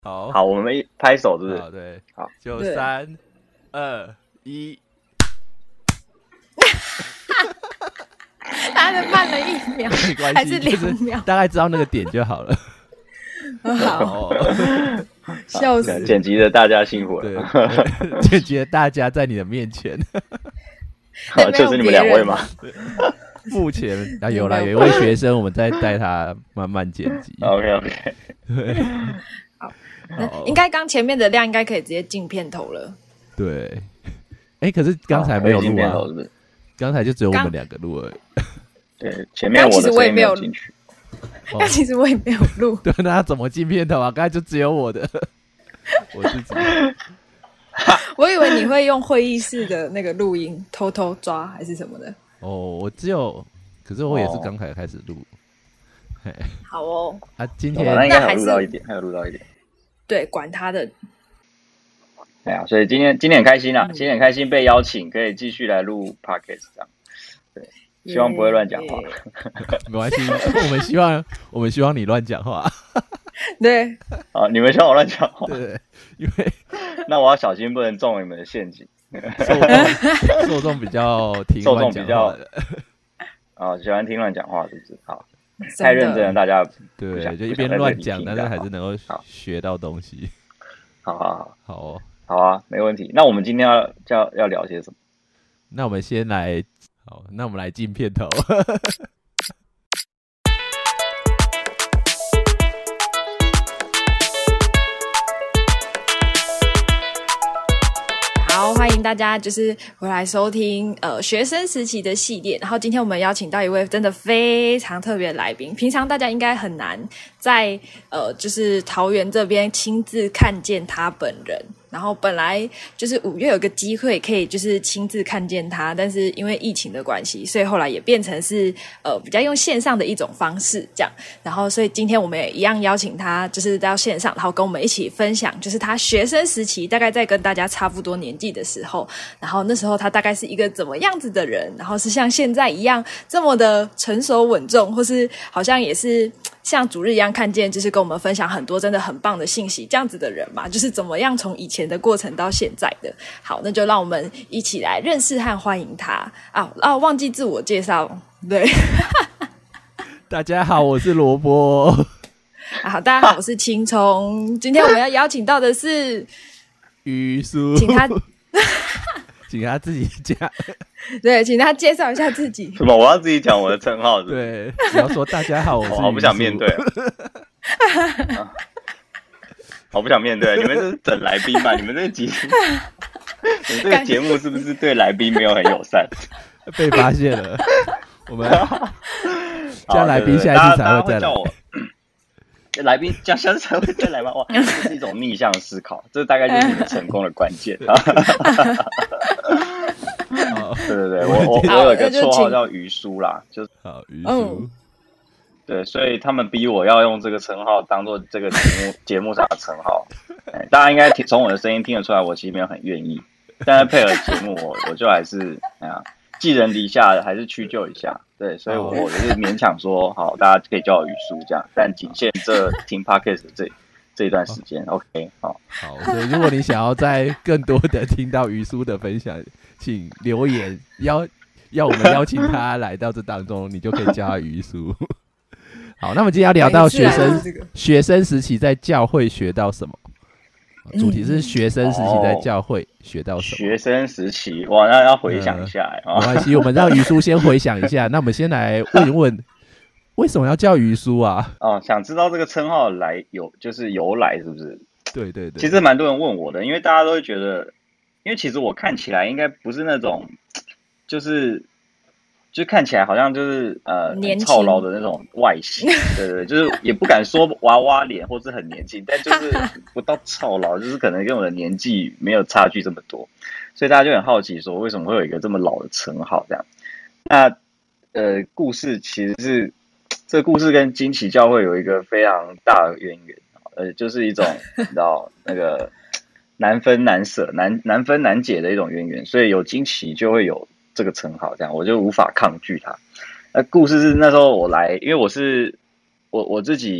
好， 好，我们拍手，是不是？ 好，对， 好， 就3、2、1。 他是慢了1秒， 没关系， 还是2秒， 大概知道那个点就好了。 好，笑死！ 剪辑的大家辛苦了。 对，剪辑的大家在你的面前。 就是你们2位吗？ 目前有啦，有一位学生，我们在带他慢慢剪辑。 OK， 对， 好，应该刚前面的量应该可以直接进片头了。 对，可是刚才没有录啊， 是不是？ 刚才就只有我们2个录而已。 对，前面我的声音没有进去。 但其实我也没有录。 对，那他怎么进片头啊？刚才就只有我的，我自己。 我以为你会用会议室的那个录音偷偷抓还是什么的。 我只有，可是我也是刚才开始录。 好哦。 今天那应该还有录到一点， 对，管他的。 对啊，所以今天很开心啊，今天很开心被邀请，可以继续来录 Podcast 这样。对，希望不会乱讲话。 没关系，我们希望你乱讲话。 对。 你们希望我乱讲话？ 对，因为那我要小心，不能中你们的陷阱。 受众比较听乱讲话的。 喜欢听乱讲话，是不是？好，太认真了，大家对，就一边乱讲，但是还是能够学到东西。 好哦， 好啊，没问题。那我们今天要聊些什么？ 那我们先来，那我们来进片头。 好，欢迎大家就是回来收听学生时期的系列。然后今天我们邀请到一位真的非常特别的来宾，平常大家应该很难在就是桃园这边亲自看见他本人。然后本来就是5月有个机会可以就是亲自看见他，但是因为疫情的关系，所以后来也变成是比较用线上的一种方式这样。然后所以今天我们也一样邀请他就是到线上，然后跟我们一起分享就是他学生时期大概在跟大家差不多年纪的时候，然后那时候他大概是一个怎么样子的人，然后是像现在一样这么的成熟稳重，或是好像也是像主日一样看见就是跟我们分享很多真的很棒的信息这样子的人嘛，就是怎么样从以前的过程到现在的。好，那就让我们一起来认识和欢迎他忘记自我介绍。对。 大家好，我是萝卜。 好，大家好，我是青葱。今天我们要邀请到的是于叔， 请他自己讲。 对，请他介绍一下自己。 什么？我要自己讲我的称号是不是？ 对，你要说大家好，我是于叔。 好不想面对好不想面对，你们是整来宾吧？你们这个节目是不是对来宾没有很友善？ 被发现了，我们叫来宾下一次才会再来。 来宾下次才会再来吗？哇，这是一种逆向思考，这大概就是你们成功的关键。对，我有一个绰号叫于叔啦，就是于叔。 对，所以他们逼我要用这个称号当做这个节目上的称号。大家应该从我的声音听得出来，我其实没有很愿意，但是配合节目我就还是寄人篱下，还是屈就一下。对，所以我就是勉强说好，大家可以叫我于叔这样，但仅限这听 Podcast 这一段时间。OK， 好， 所以如果你想要再更多的听到于叔的分享，请留言要我们邀请他来到这当中，你就可以叫他于叔。好，那么今天要聊到学生时期在教会学到什么？主题是学生时期在教会学到什么？ 学生时期，哇，那要回想一下没关系，我们让于叔先回想一下。那我们先来问一问，为什么要叫于叔啊？ 想知道这个称号就是由来是不是？ 对对对， 其实蛮多人问我的，因为大家都会觉得，因为其实我看起来应该不是那种，就看起来好像就是很操劳的那种外形，对，就是也不敢说娃娃脸或是很年轻，但就是不到操劳，就是可能跟我的年纪没有差距这么多，所以大家就很好奇说为什么会有一个这么老的称号这样。那故事其实是这个故事跟惊奇教会有一个非常大的渊源，就是一种你知道那个难分难舍、难分难解的一种渊源，所以有惊奇就会有这个称号，这样我就无法抗拒它。故事是那时候我来，因为我自己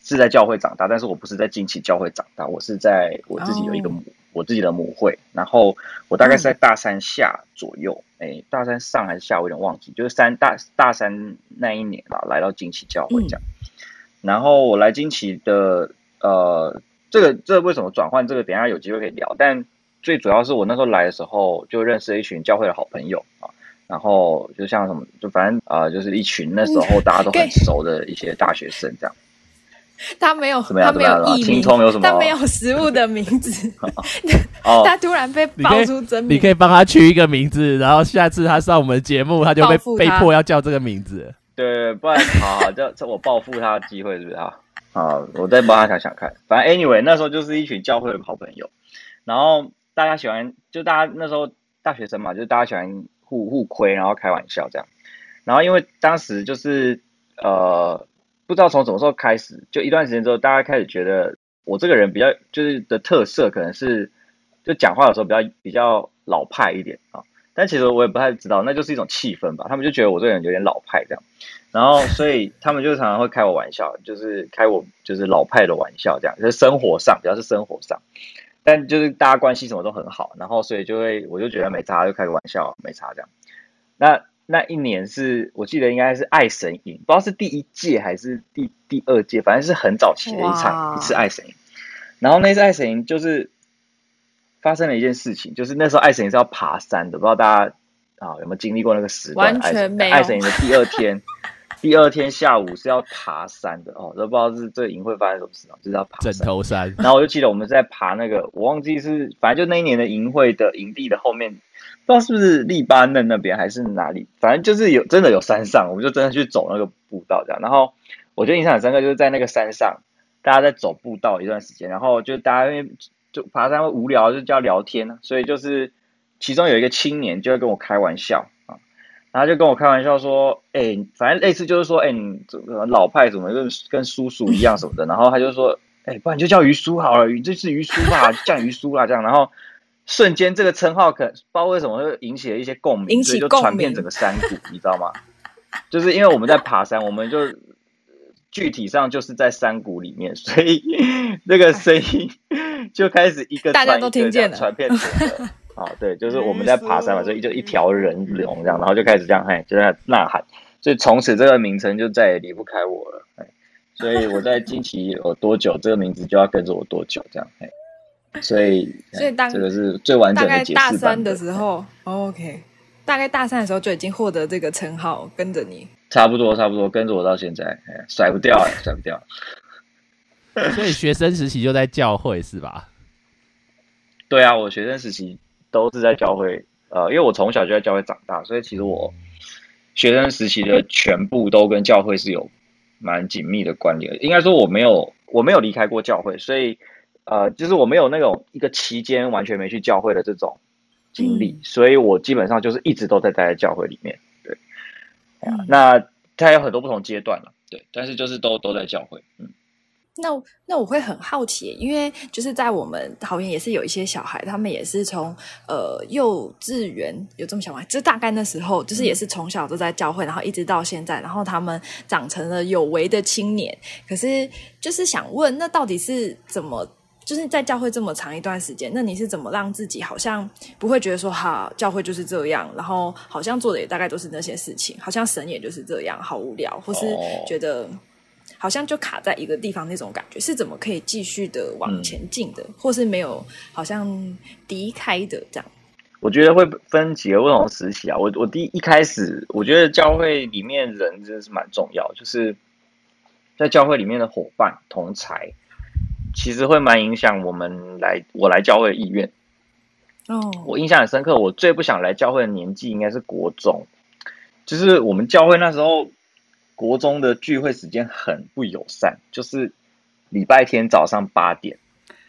是在教会长大，但是我不是在惊奇教会长大，我是在我自己有一个我自己的母会，然后我大概是在大三下左右，大三上还是下我有点忘记，就是大三那一年啦，来到惊奇教会这样。然后我来惊奇的这为什么转换这个，等一下有机会可以聊，但最主要是我那时候来的时候就认识了一群教会的好朋友啊。然后就像什么，就反正就是一群那时候大家都很熟的一些大学生这样。 他没有艺名，他没有食物的名字。他突然被爆出真名， 你可以帮他取一个名字，然后下次他上我们节目，他就被迫要叫这个名字。 对，不然好，这我报复他的机会是不是啊？好，我再帮他想想看。反正 anyway 那时候就是一群教会的好朋友，然后大家喜欢，就大家那时候大学生嘛，就是大家喜欢互亏，然后开玩笑这样。然后因为当时就是不知道从什么时候开始，就一段时间之后，大家开始觉得我这个人比较就是的特色，可能是就讲话的时候比较老派一点啊。但其实我也不太知道，那就是一种气氛吧。他们就觉得我这个人有点老派这样，然后所以他们就常常会开我玩笑，就是开我就是老派的玩笑这样，就是生活上比较是生活上，但就是大家关系什么都很好，然后所以我就觉得没差，就开个玩笑没差这样。那一年是我记得应该是爱神营，不知道是第一届还是第二届，反正是很早期的一次爱神营。然后那次爱神营就是发生了一件事情，就是那时候爱神营是要爬山的，不知道大家有没有经历过那个时段？ 完全没有。 爱神营的第二天下午是要爬山的都不知道是这个营会发生什么事就是要爬山。 枕头山。 然后我就记得我们在爬那个，我忘记是反正就那一年的营会的营地的后面。不知道是不是黎巴嫩那边还是哪里，反正就是真的有山上，我们就真的去走那个步道这样。然后我觉得印象很深刻，就是在那个山上，大家在走步道一段时间，然后就大家因为就爬山会无聊，就叫聊天，所以就是其中有一个青年就会跟我开玩笑然后就跟我开玩笑说，反正类似就是说，你老派怎么跟叔叔一样什么的，然后他就说，不然就叫鱼叔好了，这是鱼叔吧，就叫鱼叔啦这样，然后。瞬间这个称号不知道为什么会引起了一些共鸣，所以就传遍整个山谷，你知道吗？就是因为我们在爬山，我们就具体上就是在山谷里面，所以那个声音就开始一个大家都听见了， 传遍整个对，就是我们在爬山嘛，所以就一条人龙这样，然后就开始这样就在呐喊，所以从此这个名称就再也离不开我了，所以我在惊奇有多久，这个名字就要跟着我多久这样，所以这个是最完整的解释版本。 大概大三的时候 ，OK， 大概大三的时候就已经获得这个称号，跟着你。 差不多跟着我到现在，甩不掉，甩不掉。 所以学生时期就在教会是吧？ 对啊，我学生时期都是在教会，因为我从小就在教会长大，所以其实我学生时期的全部都跟教会是有蛮紧密的关联。应该说我没有离开过教会，所以就是我没有那种一个期间完全没去教会的这种经历，所以我基本上就是一直都在待在教会里面。对，那它有很多不同阶段了，对，但是就是都在教会。 那我会很好奇，因为就是在我们桃园也是有一些小孩，他们也是从幼稚园有这么小吗？就大概那时候就是也是从小都在教会，然后一直到现在，然后他们长成了有为的青年。可是就是想问，那到底是怎么？就是在教会这么长一段时间，那你是怎么让自己好像不会觉得说教会就是这样，然后好像做的也大概都是那些事情，好像神也就是这样，好无聊，或是觉得好像就卡在一个地方那种感觉，是怎么可以继续的往前进的，或是没有好像离开的这样？ 我觉得会分几个不同的时期啊。我一开始我觉得教会里面人真的是蛮重要，就是在教会里面的伙伴同侪。其实会蛮影响我来教会的意愿。我印象很深刻，我最不想来教会的年纪应该是国中，就是我们教会那时候国中的聚会时间很不友善，就是礼拜天早上8点。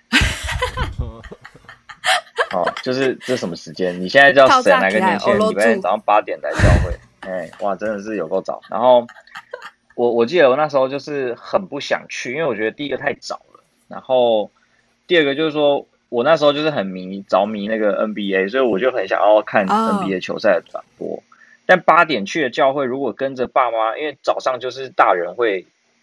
就是这什么时间？你现在叫谁哪个年轻人礼拜天早上8点来教会？哇，真的是有够早。然后我记得我那时候就是很不想去，因为我觉得第一个太早了。然后第二个就是说我那时候就是很着迷那个 NBA， 所以我就很想要看 NBA 球赛的转播。但8点去的教会，如果跟着爸妈，因为早上就是大人会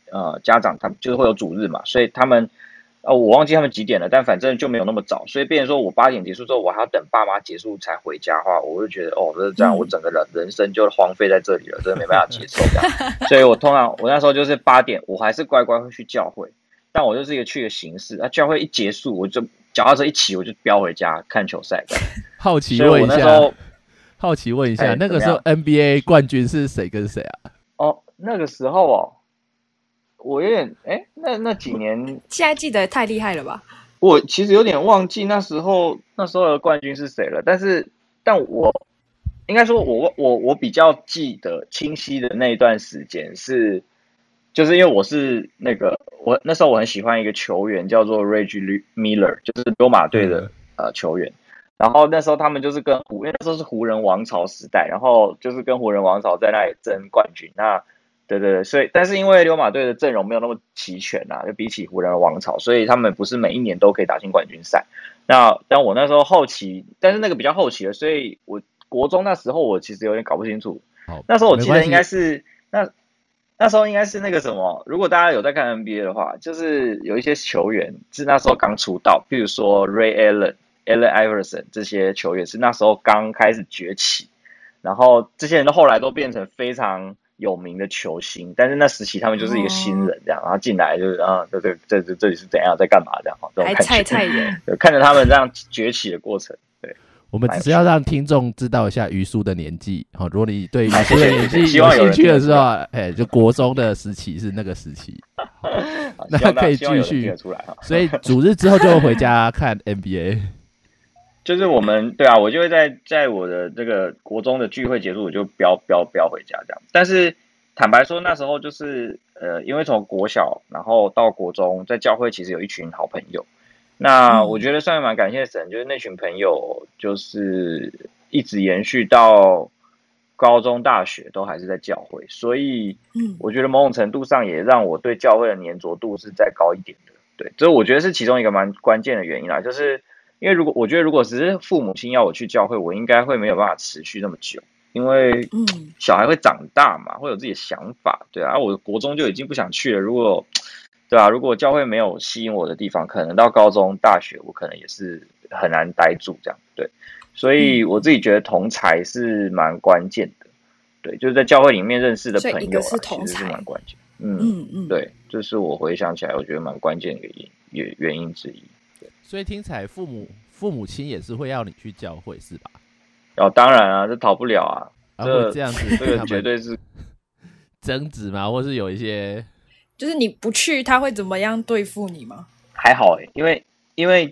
家长他们就是会有主日嘛，所以他们我忘记他们几点了，但反正就没有那么早，所以变成说我8点结束之后，我还要等爸妈结束才回家的话，我就觉得这样，我整个人生就荒废在这里了，真的没办法接受这样。所以我那时候就是8点，我还是乖乖会去教会，但我就是一个去的形式。教会一结束，我就脚踏车一骑，我就飙回家看球赛。 好奇问一下，那个时候 NBA 冠军是谁跟谁啊？ 那个时候我有点那几年， 现在记得太厉害了吧？ 我其实有点忘记那时候的冠军是谁了，但我应该说我比较记得清晰的那一段时间就是因为我是我那时候我很喜欢一个球员叫做 Reggie Miller， 就是溜马队的球员。然后那时候他们就是因为那时候是湖人王朝时代，然后就是跟湖人王朝在那里争冠军。那对，所以但是因为溜马队的阵容没有那么齐全就比起湖人的王朝，所以他们不是每一年都可以打进冠军赛。但我那时候后期，但是那个比较后期了，所以我国中那时候我其实有点搞不清楚。那时候我记得应该是那时候应该是那个什么，如果大家有在看 NBA 的话，就是有一些球员是那时候刚出道，比如说 Ray Allen、Allen Iverson 这些球员是那时候刚开始崛起，然后这些人都后来都变成非常有名的球星，但是那时期他们就是一个新人这样，然后进来就是这里是怎样在干嘛这样，这种感觉， 还菜人， 看着他们这样崛起的过程。对， 我们只是要让听众知道一下于叔的年纪。如果你对于叔的年纪有兴趣的时候，就国中的时期是那个时期，那可以继续。所以主日之后就回家看 NBA。 就是我们对啊，我就会在我的这个国中的聚会结束，我就飙回家这样。但是坦白说，那时候就是因为从国小然后到国中，在教会其实有一群好朋友。那我觉得算蛮感谢神，就是那群朋友就是一直延续到高中、大学都还是在教会，所以我觉得某种程度上也让我对教会的粘着度是再高一点的。对，这我觉得是其中一个蛮关键的原因啦，就是因为我觉得如果只是父母亲要我去教会，我应该会没有办法持续那么久，因为小孩会长大嘛，会有自己的想法，对啊，我国中就已经不想去了，如果教会没有吸引我的地方，可能到高中、大学我可能也是很难待住这样，对，所以我自己觉得同侪是蛮关键的，对，就是在教会里面认识的朋友其实是蛮关键，对，这是我回想起来我觉得蛮关键的原因之一。 所以听起来父母亲也是会要你去教会是吧？ 当然啊，这逃不了啊。 会这样子， 这个绝对是争执吗？或是有一些， 就是你不去，他会怎么样对付你吗？ 还好因为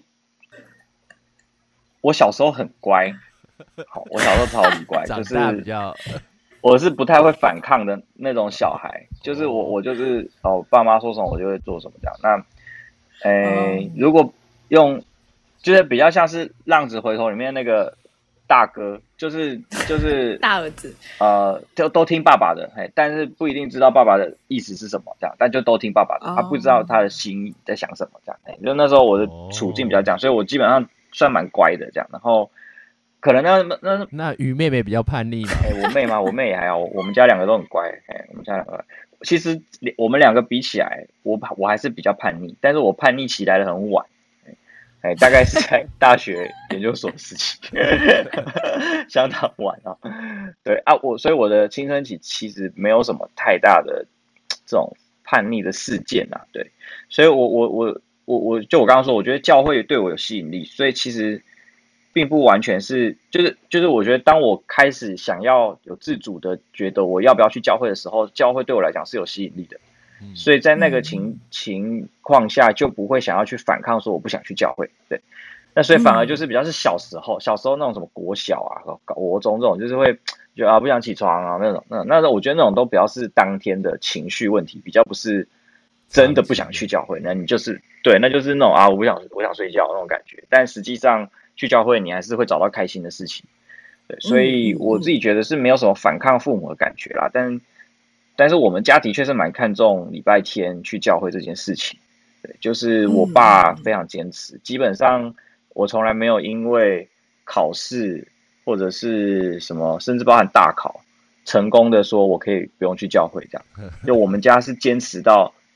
我小时候很乖，我小时候超级乖，就是比较， 我是不太会反抗的那种小孩，就是我就是爸妈说什么我就会做什么这样。那如果就是比较像是《浪子回头》里面那个大哥，就是大儿子， 就都听爸爸的，但是不一定知道爸爸的意思是什么，这样，但就都听爸爸的，他不知道他的心意在想什么，这样，就那时候我的处境比较这样，所以我基本上算蛮乖的这样，然后可能那于妹妹比较叛逆嘛， 我妹嘛，我妹也还好，我们家两个都很乖，我们家两个。其实我们两个比起来，我还是比较叛逆，但是我叛逆期来得很晚，大概是在大学研究所时期，相当晚啊。对啊，所以我的青春期其实没有什么太大的这种叛逆的事件啊。对，所以我就我刚刚说，我觉得教会对我有吸引力，所以其实并不完全是，就是我觉得当我开始想要有自主的觉得我要不要去教会的时候，教会对我来讲是有吸引力的。所以在那个情况下就不会想要去反抗说我不想去教会，对，那所以反而就是比较是小时候那种什么国小啊、国中这种，就是会觉得不想起床啊那种，那我觉得那种都比较是当天的情绪问题，比较不是真的不想去教会，那你就是对，那就是那种我想睡觉那种感觉，但实际上去教会你还是会找到开心的事情，对，所以我自己觉得是没有什么反抗父母的感觉啦，但是我们家的确是蛮看重礼拜天去教会这件事情，对，就是我爸非常坚持，基本上我从来没有因为考试或者是什么，甚至包含大考成功的说我可以不用去教会这样，就我们家是坚持到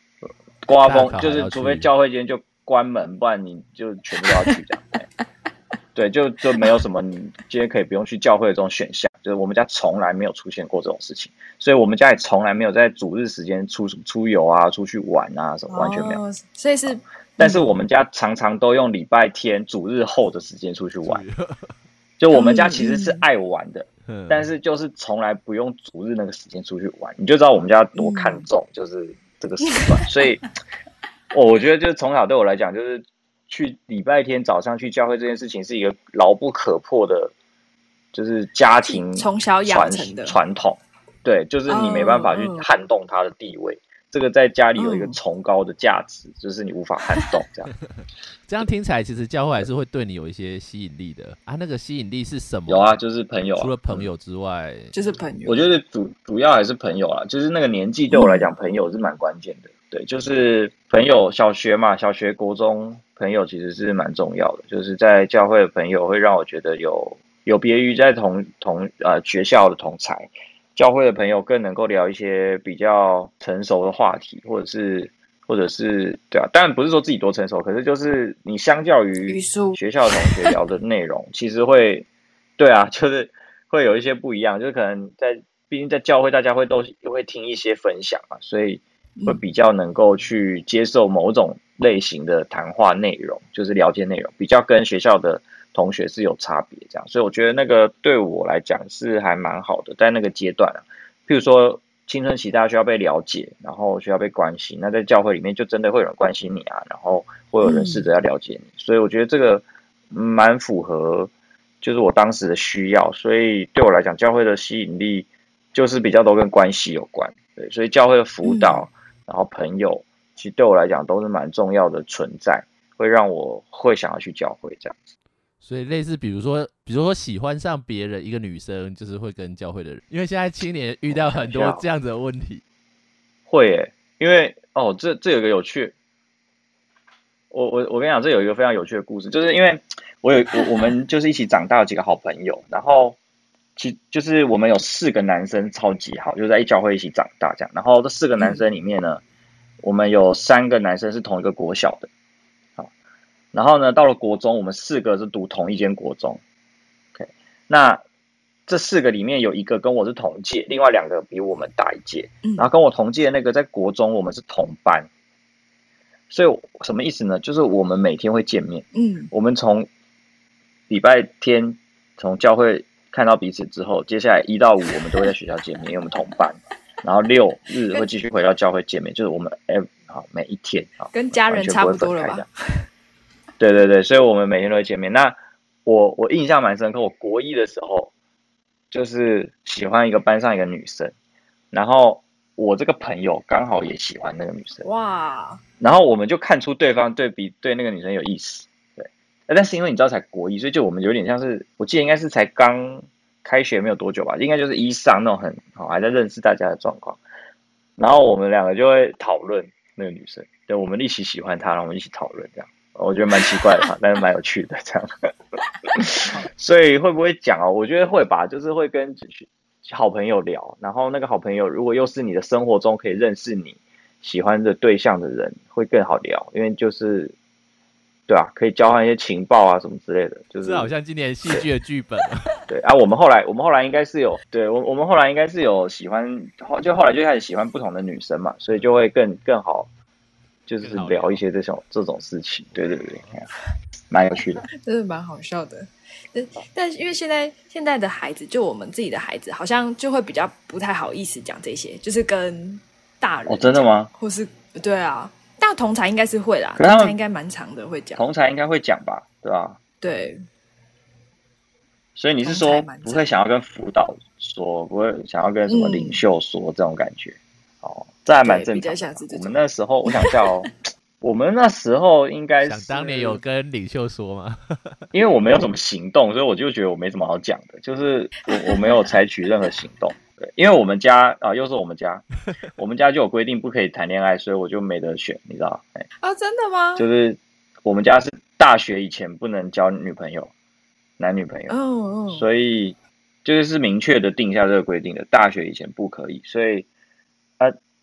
刮风就是除非教会今天就关门，不然你就全部都要去这样。对，就没有什么你今天可以不用去教会的这种选项，就是我们家从来没有出现过这种事情，所以我们家也从来没有在主日时间出游啊、出去玩啊什么，完全没有。 所以是， 但是我们家常常都用礼拜天主日后的时间出去玩。就我们家其实是爱玩的，但是就是从来不用主日那个时间出去玩，你就知道我们家多看重就是这个时段。所以，我觉得就是从小对我来讲，就是去礼拜天早上去教会这件事情是一个牢不可破的，就是家庭从小养成的传统。对，就是你没办法去撼动它的地位。这个在家里有一个崇高的价值，就是你无法撼动这样。 这样听起来，其实教会还是会对你有一些吸引力的啊。那个吸引力是什么？ 有啊，就是朋友除了朋友之外， 就是朋友。 我觉得主要还是朋友啦，就是那个年纪对我来讲，朋友是蛮关键的。对，就是朋友，小学嘛，小学、国中朋友其实是蛮重要的。就是在教会的朋友会让我觉得有别于在学校的同侪。教会的朋友更能够聊一些比较成熟的话题，或者是对啊，当然不是说自己多成熟，可是就是你相较于学校的同学聊的内容，其实会对啊，就是会有一些不一样，就是可能毕竟在教会大家都会听一些分享嘛，所以会比较能够去接受某种类型的谈话内容，就是聊天内容，比较跟学校的同学是有差别这样，所以我觉得那个对我来讲是还蛮好的，在那个阶段啊，譬如说青春期大家需要被了解，然后需要被关心，那在教会里面就真的会有人关心你啊，然后会有人试着要了解你，所以我觉得这个蛮符合就是我当时的需要，所以对我来讲教会的吸引力就是比较都跟关系有关，对，所以教会的辅导然后朋友其实对我来讲都是蛮重要的存在，会让我会想要去教会这样子。 所以类似比如说喜欢上别人一个女生，就是会跟教会的人，因为现在青年遇到很多这样子的问题。 会耶，因为这有一个有趣，我跟你讲，这有一个非常有趣的故事，就是因为我们就是一起长大的几个好朋友，然后就是我们有4个男生超级好，就在教会一起长大这样，然后这4个男生里面呢，我们有3个男生是同一个国小的。然后呢，到了国中，我们4个是读同一间国中。OK， 那这4个里面有1个跟我是同届，另外2个比我们大1届。然后跟我同届的那个在国中我们是同班，所以什么意思呢？就是我们每天会见面。我们从礼拜天从教会看到彼此之后，接下来1到5我们都会在学校见面，因为我们同班。然后6日会继续回到教会见面，就是我们每一天跟家人差不多了吧？ 对对对，所以我们每天都会见面。那我印象蛮深刻，我国1的时候就是喜欢一个班上一个女生，然后我这个朋友刚好也喜欢那个女生，哇！然后我们就看出对方对那个女生有意思，对。但是因为你知道才国1，所以就我们有点像是，我记得应该是才刚开学没有多久吧，应该就是1上那种很好还在认识大家的状况。然后我们2个就会讨论那个女生，对，我们一起喜欢她，然后我们一起讨论这样。我觉得蛮奇怪的，但是蛮有趣的这样。所以会不会讲我觉得会吧，就是会跟好朋友聊，然后那个好朋友如果又是你的生活中可以认识你喜欢的对象的人，会更好聊，因为就是对啊，可以交换一些情报啊什么之类的，就是好像今年戏剧的剧本。 对啊，我们后来应该是有，对我们后来应该是有喜欢，就后来就开始喜欢不同的女生嘛，所以就会更好。就是聊一些这种事情，对对对，蛮有趣的， 真的蛮好笑的。但因为现在的孩子，就我们自己的孩子，好像就会比较不太好意思讲这些，就是跟大人真的吗？ 或是对啊，但同侪应该是会啦，同侪应该蛮长的会讲， 同侪应该会讲吧，对吧？ 对。 所以你是说不会想要跟辅导说，不会想要跟什么领袖说这种感觉？这还蛮正常的。我们那时候，我想叫我们那时候应该是想当年有跟领袖说吗？ 因为我没有什么行动，所以我就觉得我没什么好讲的，就是我没有采取任何行动。对，因为我们家又是我们家，我们家就有规定不可以谈恋爱，所以我就没得选，你知道？ 真的吗？ 就是我们家是大学以前不能交女朋友，男女朋友，所以就是明确的定下这个规定的，大学以前不可以，所以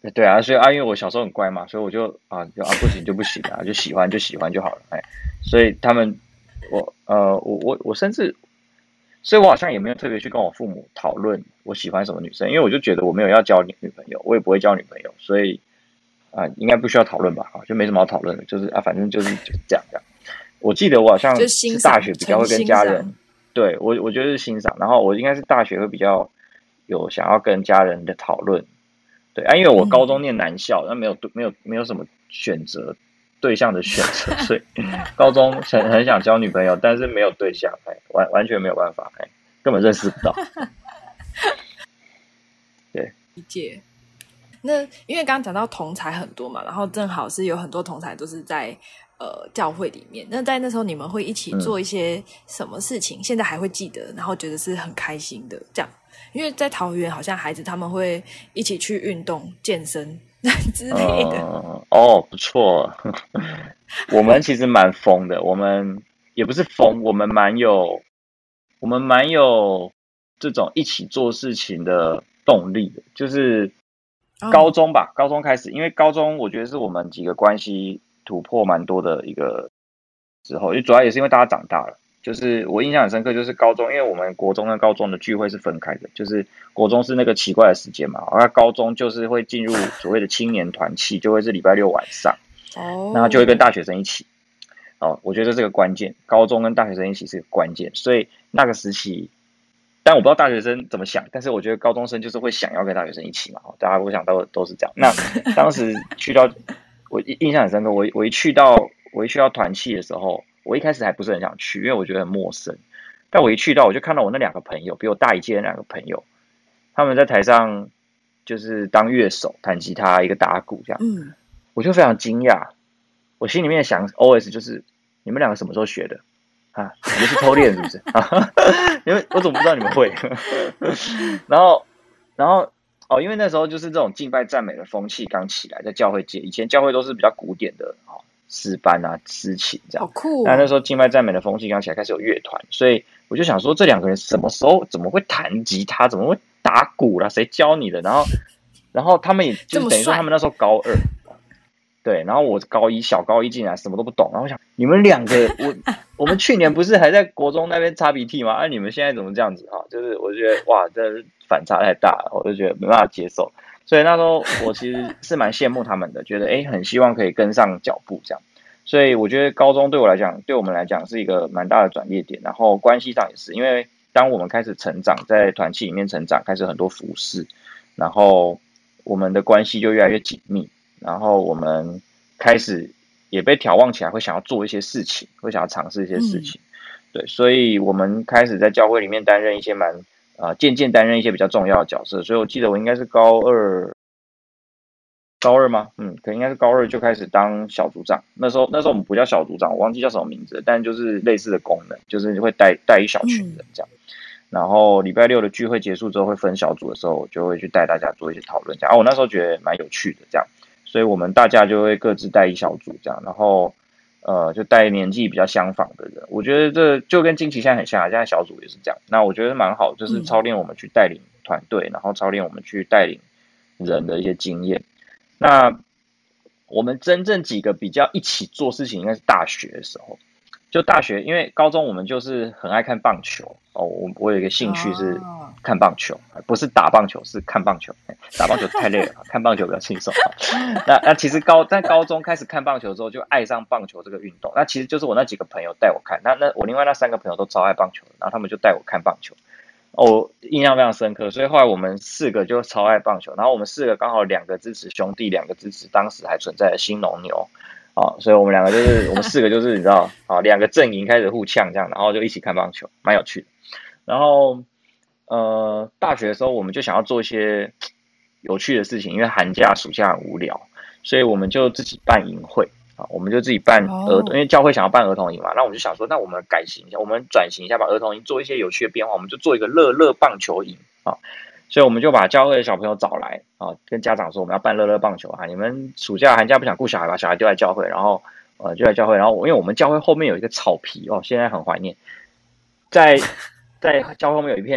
对啊，所以因为我小时候很乖嘛，所以我就不行就不行啊，就喜欢就喜欢就好了，所以他们我甚至，所以我好像也没有特别去跟我父母讨论我喜欢什么女生，因为我就觉得我没有要交女朋友，我也不会交女朋友，所以应该不需要讨论吧，就没什么好讨论的，就是反正就是这样。我记得我好像是大学比较会跟家人，对我觉得是欣赏，然后我应该是大学会比较有想要跟家人的讨论。对因为我高中念男校，那没有什么选择对象的选择，所以高中很想交女朋友，但是没有对象，完全没有办法，根本认识不到。对， 理解。那因为刚刚讲到同才很多嘛，然后正好是有很多同才都是在教会里面。那在那时候你们会一起做一些什么事情？现在还会记得，然后觉得是很开心的这样。因为在桃园好像孩子他们会一起去运动健身之类的。 不错。我们其实蛮疯的，我们也不是疯，我们蛮有这种一起做事情的动力的，就是高中吧，高中开始，因为高中我觉得是我们几个关系突破蛮多的一个之后，就主要也是因为大家长大了。就是我印象很深刻，就是高中，因为我们国中跟高中的聚会是分开的，就是国中是那个奇怪的时间嘛，而高中就是会进入所谓的青年团契，就会是礼拜六晚上，然后就会跟大学生一起。我觉得这是个关键，高中跟大学生一起是个关键，所以那个时期，但我不知道大学生怎么想，但是我觉得高中生就是会想要跟大学生一起嘛，大家我想都是这样。那当时去到，我印象很深刻，我一去到团契的时候。我一开始还不是很想去，因为我觉得很陌生。但我一去到，我就看到我那两个朋友，比我大一届的两个朋友，他们在台上就是当乐手，弹吉他，一个打鼓这样。我就非常惊讶，我心里面想 OS 就是：你们两个什么时候学的？你们是偷练是不是？因为我怎么不知道你们会？然后因为那时候就是这种敬拜赞美的风气刚起来，在教会界，以前教会都是比较古典的诗班诗琴这样， 好酷。 那时候敬拜赞美的风气刚起来，开始有乐团，所以我就想说，这两个人什么时候怎么会弹吉他，怎么会打鼓啦？谁教你的？然后他们也就等于说他们那时候高2，对，然后我小高一进来，什么都不懂，然后我想你们两个，我们去年不是还在国中那边擦鼻涕吗？你们现在怎么这样子就是我觉得哇，这反差太大了，我就觉得没办法接受。所以那时候我其实是蛮羡慕他们的，觉得很希望可以跟上脚步这样。所以我觉得高中对我们来讲是一个蛮大的转捩点。然后关系上也是，因为当我们开始成长，在团契里面成长，开始很多服事，然后我们的关系就越来越紧密。然后我们开始也被挑旺起来，会想要做一些事情，会想要尝试一些事情。对，所以我们开始在教会里面担任一些渐渐担任一些比较重要的角色，所以我记得我应该是高二吗？可能应该是高2就开始当小组长。那时候我们不叫小组长，我忘记叫什么名字，但就是类似的功能，就是会带一小群人这样。然后礼拜六的聚会结束之后，会分小组的时候，我就会去带大家做一些讨论这样。我那时候觉得蛮有趣的这样，所以我们大家就会各自带一小组这样，然后就带年纪比较相仿的人。我觉得这就跟惊奇现在很像，现在小组也是这样。那我觉得蛮好，就是操练我们去带领团队，然后操练我们去带领人的一些经验。那我们真正几个比较一起做事情，应该是大学的时候。就大学，因为高中我们就是很爱看棒球我有一个兴趣是看棒球，不是打棒球，是看棒球。打棒球太累了，看棒球比较轻松。那其实在高中开始看棒球之后，就爱上棒球这个运动。那其实就是我那几个朋友带我看，那我另外那3个朋友都超爱棒球，然后他们就带我看棒球。印象非常深刻，所以后来我们4个就超爱棒球，然后我们4个刚好2个支持兄弟，2个支持当时还存在的新农牛。所以我们2个就是我们4个就是你知道2个阵营开始互呛这样，然后就一起看棒球，蛮有趣的。然后大学的时候我们就想要做一些有趣的事情，因为寒假暑假很无聊，所以我们就自己办营会我们就自己办因为教会想要办儿童营嘛，那我们就想说，那我们改型一下，我们转型一下，把儿童营做一些有趣的变化，我们就做一个乐棒球营所以我们就把教会的小朋友找来跟家长说我们要办乐棒球你们暑假寒假不想顾小孩，把小孩丢在教会，然后就来教会，然后因为我们教会后面有一个草皮现在很怀念，在教会后面有一片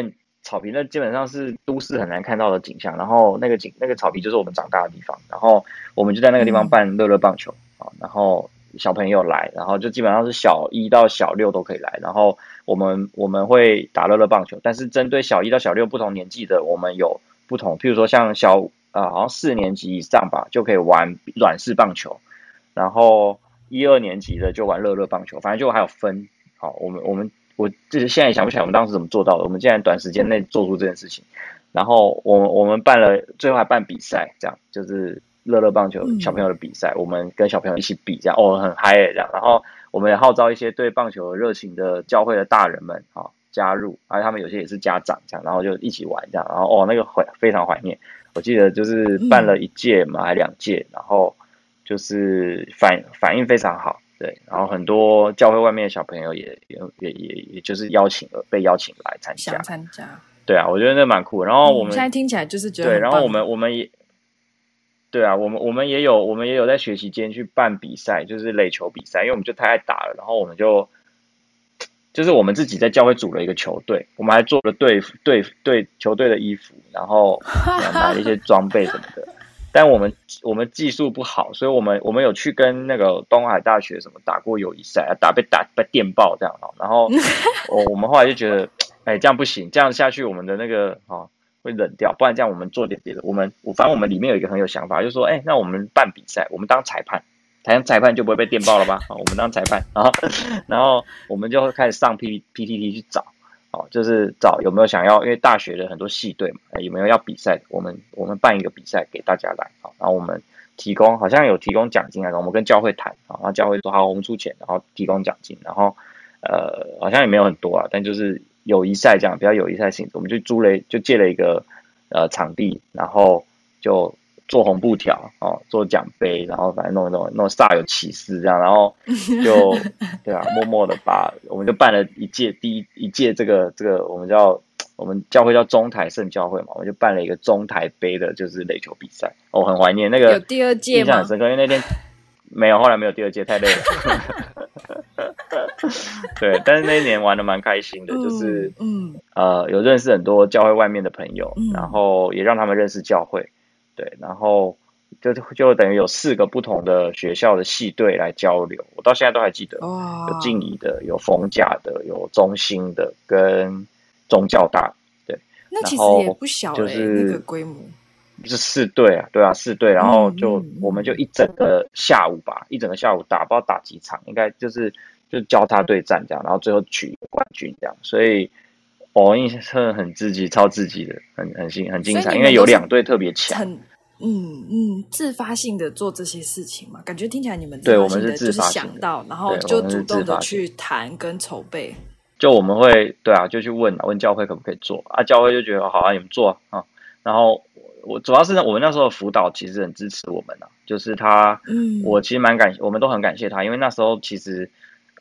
草皮，那基本上是都市很难看到的景象。然后那个草皮就是我们长大的地方，然后我们就在那个地方办乐乐棒球啊，然后小朋友来，然后就基本上是小1到小6都可以来，然后我们会打乐乐棒球，但是针对小1到小6不同年纪的，我们有不同，譬如说像好像4年级以上吧，就可以玩软式棒球，然后1、2年级的就玩乐乐棒球，反正就还有分。好，我就是现在也想不起来我们当时怎么做到的，我们竟然短时间内做出这件事情。然后我们办了，最后还办比赛，这样就是乐乐棒球小朋友的比赛，我们跟小朋友一起比，这样很嗨这样。然后我们也号召一些对棒球有热情的教会的大人们加入，而且他们有些也是家长这样，然后就一起玩这样。然后那个非常怀念，我记得就是办了1届嘛，还2届，然后就是反应非常好。对，然后很多教会外面的小朋友也就是被邀请来参加。 想参加。 对啊，我觉得那蛮酷的。然后我们现在听起来就是觉得对，然后我们也对啊，我们也有在学期间去办比赛，就是垒球比赛，因为我们就太爱打了，然后我们就是我们自己在教会组了一个球队，我们还做了对球队的衣服，然后买了一些装备什么的。但我们技术不好，所以我们有去跟那个东海大学什么打过友谊赛，被电爆这样。然后我们后来就觉得，这样不行，这样下去我们的那个会冷掉，不然这样我们做点别的。反正我们里面有一个很有想法，就是说，那我们办比赛，我们当裁判，裁判就不会被电爆了吧？我们当裁判，然后我们就会开始上 PTT 去找。就是找有没有想要，因为大学的很多系队嘛，有没有要比赛？我们办一个比赛给大家来，然后我们好像有提供奖金，然后我们跟教会谈，然后教会说好，我们出钱，然后提供奖金，然后好像也没有很多啊，但就是友谊赛这样，比较友谊赛性质，我们就借了一个场地，然后就做红布条做奖杯，然后反正弄煞有其事这样，然后就对啊，默默的我们就办了第一届这个我们教会叫中台圣教会嘛，我们就办了一个中台杯的，就是垒球比赛。很怀念那个， 有第2届吗？ 印象很深刻，因为那天没有，后来没有第2届，太累了。对，但是那一年玩的蛮开心的，就是有认识很多教会外面的朋友，然后也让他们认识教会。对，然后就等于有4个不同的学校的系队来交流，我到现在都还记得，有静宜的，有逢甲的，有中兴的，跟中教大。对， 那其实也不小就是那个规模。 是4队啊，对啊，4队，然后我们就一整个下午打，不知道打几场，应该就交叉对战这样，然后最后取冠军这样，所以印象很刺激，超刺激的，很精彩，因为有2队特别强。 自发性的做这些事情嘛，感觉听起来你们对，我们是就是自发性的， 想到，然后就主动的去谈跟筹备。 就我们会就去问教会可不可以做啊，教会就觉得好啊，你们做啊。然后主要是我们那时候的辅导其实很支持我们就是他，我其实我们都很感谢他，因为那时候其实